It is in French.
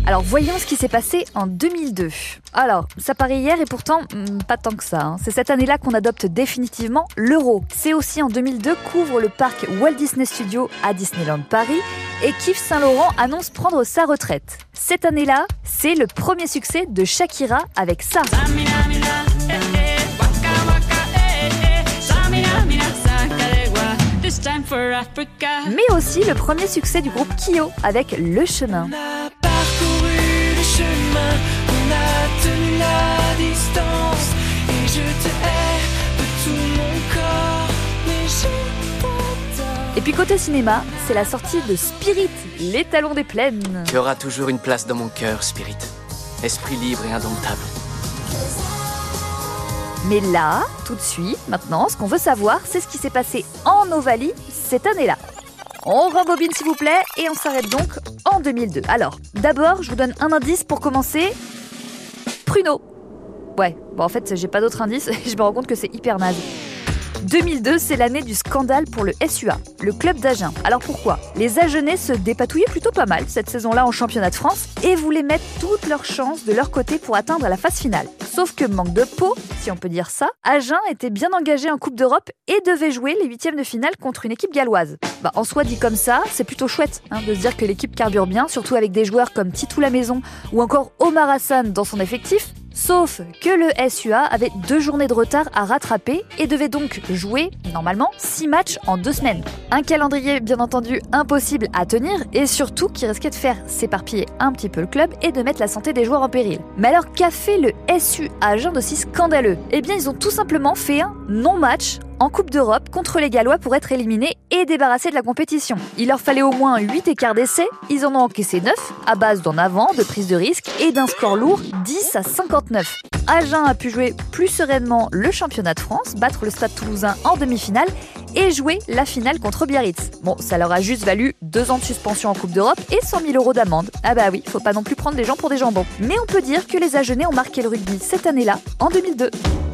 Alors voyons ce qui s'est passé en 2002. Alors, ça paraît hier et pourtant, pas tant que ça. C'est cette année-là qu'on adopte définitivement l'euro. C'est aussi en 2002 qu'ouvre le parc Walt Disney Studios à Disneyland Paris et qu'Yves Saint Laurent annonce prendre sa retraite. Cette année-là, c'est le premier succès de Shakira avec ça. Mais aussi le premier succès du groupe Kyo avec Le Chemin. On a parcouru le chemin, on a tenu la distance, et je te hais de tout mon corps, mais je t'adore. Et puis côté cinéma, c'est la sortie de Spirit, Les Talons des Plaines. Tu auras toujours une place dans mon cœur, Spirit. Esprit libre et indomptable. Mais là, tout de suite, maintenant, ce qu'on veut savoir, c'est ce qui s'est passé en Ovalie cette année-là. On rembobine s'il vous plaît et on s'arrête donc en 2002. Alors, d'abord, je vous donne un indice pour commencer. Pruneau. Ouais, bon en fait, j'ai pas d'autre indice et je me rends compte que c'est hyper naze. 2002, c'est l'année du scandale pour le SUA, le club d'Agen. Alors pourquoi ? Les Agenais se dépatouillaient plutôt pas mal cette saison-là en championnat de France et voulaient mettre toutes leurs chances de leur côté pour atteindre la phase finale. Sauf que manque de peau, si on peut dire ça, Agen était bien engagé en Coupe d'Europe et devait jouer les huitièmes de finale contre une équipe galloise. En soi dit comme ça, c'est plutôt chouette de se dire que l'équipe carbure bien, surtout avec des joueurs comme Titou Lamaison ou encore Omar Hassan dans son effectif. Sauf que le SUA avait 2 journées de retard à rattraper et devait donc jouer, normalement, 6 matchs en 2 semaines. Un calendrier, bien entendu, impossible à tenir et surtout qui risquait de faire s'éparpiller un petit peu le club et de mettre la santé des joueurs en péril. Mais alors, qu'a fait le SUA Agen d'aussi scandaleux ? Eh bien, ils ont tout simplement fait un non-match en Coupe d'Europe contre les Gallois pour être éliminés et débarrassés de la compétition. Il leur fallait au moins 8 écarts d'essai, ils en ont encaissé 9, à base d'en avant, de prise de risque et d'un score lourd 10-59. Agen a pu jouer plus sereinement le championnat de France, battre le Stade Toulousain en demi-finale et jouer la finale contre Biarritz. Bon, ça leur a juste valu 2 ans de suspension en Coupe d'Europe et 100 000 € d'amende. Ah bah oui, faut pas non plus prendre les gens pour des jambons. Mais on peut dire que les Agenais ont marqué le rugby cette année-là, en 2002.